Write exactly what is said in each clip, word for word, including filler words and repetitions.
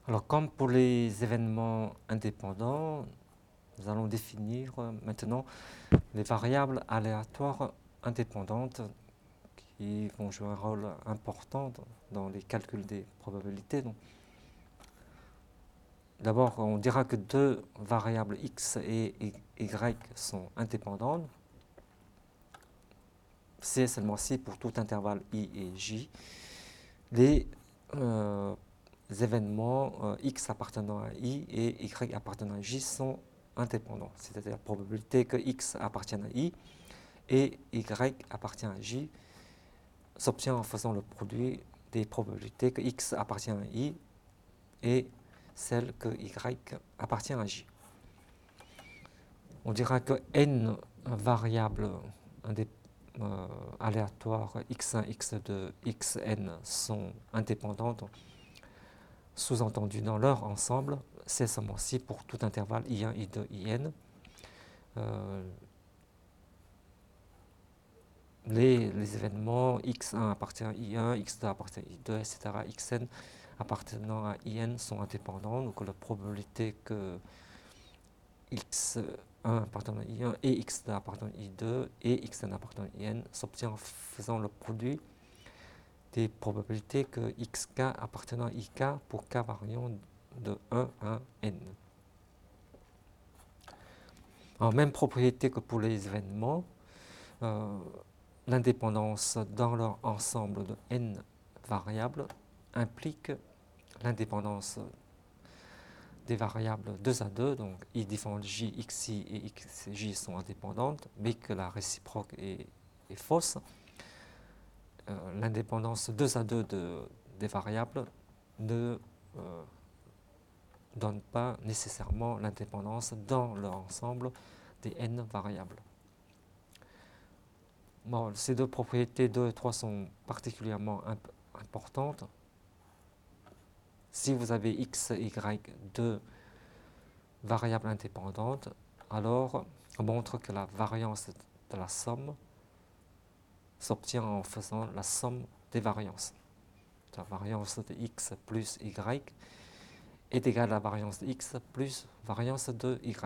Alors, comme pour les événements indépendants, nous allons définir euh, maintenant les variables aléatoires indépendantes qui vont jouer un rôle important dans les calculs des probabilités. Donc, d'abord, on dira que deux variables x et y sont indépendantes. C'est seulement si pour tout intervalle i et j, les euh, événements euh, x appartenant à i et y appartenant à j sont indépendants. C'est-à-dire la probabilité que x appartienne à i et y appartient à j s'obtient en faisant le produit des probabilités que x appartient à i et celle que y appartient à j. On dira que n variables euh, aléatoires x un, x deux, xn sont indépendantes, sous-entendu dans leur ensemble, c'est seulement si pour tout intervalle i un, i deux, in. Euh, les, les événements x un appartient à i un, x deux appartient à i deux, et cetera, xn appartenant à in sont indépendants, donc la probabilité que x un appartenant à i un et x deux appartenant à i deux et xn appartenant à in s'obtient en faisant le produit des probabilités que xk appartenant à ik pour k variant de un à n. Alors, même propriété que pour les événements, euh, l'indépendance dans leur ensemble de n variables implique l'indépendance des variables deux à deux, donc i défend j, xi et xj sont indépendantes, mais que la réciproque est, est fausse. Euh, l'indépendance deux à deux de, des variables ne euh, donne pas nécessairement l'indépendance dans leur ensemble des n variables. Bon, ces deux propriétés deux et trois sont particulièrement imp importantes. Si vous avez x et y, deux variables indépendantes, alors on montre que la variance de la somme s'obtient en faisant la somme des variances. La variance de x plus y est égale à la variance de x plus variance de y.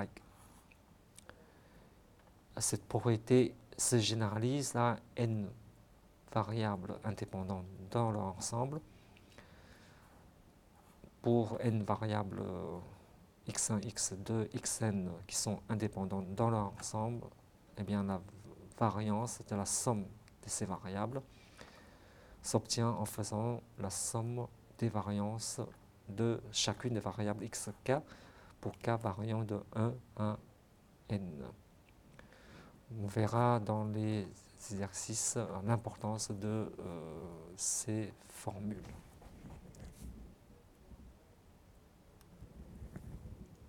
Cette propriété se généralise à n variables indépendantes dans leur ensemble. Pour n variables x un, x deux, xn qui sont indépendantes dans leur ensemble, eh bien la variance de la somme de ces variables s'obtient en faisant la somme des variances de chacune des variables xk pour k variant de un à n. On verra dans les exercices l'importance de euh, ces formules.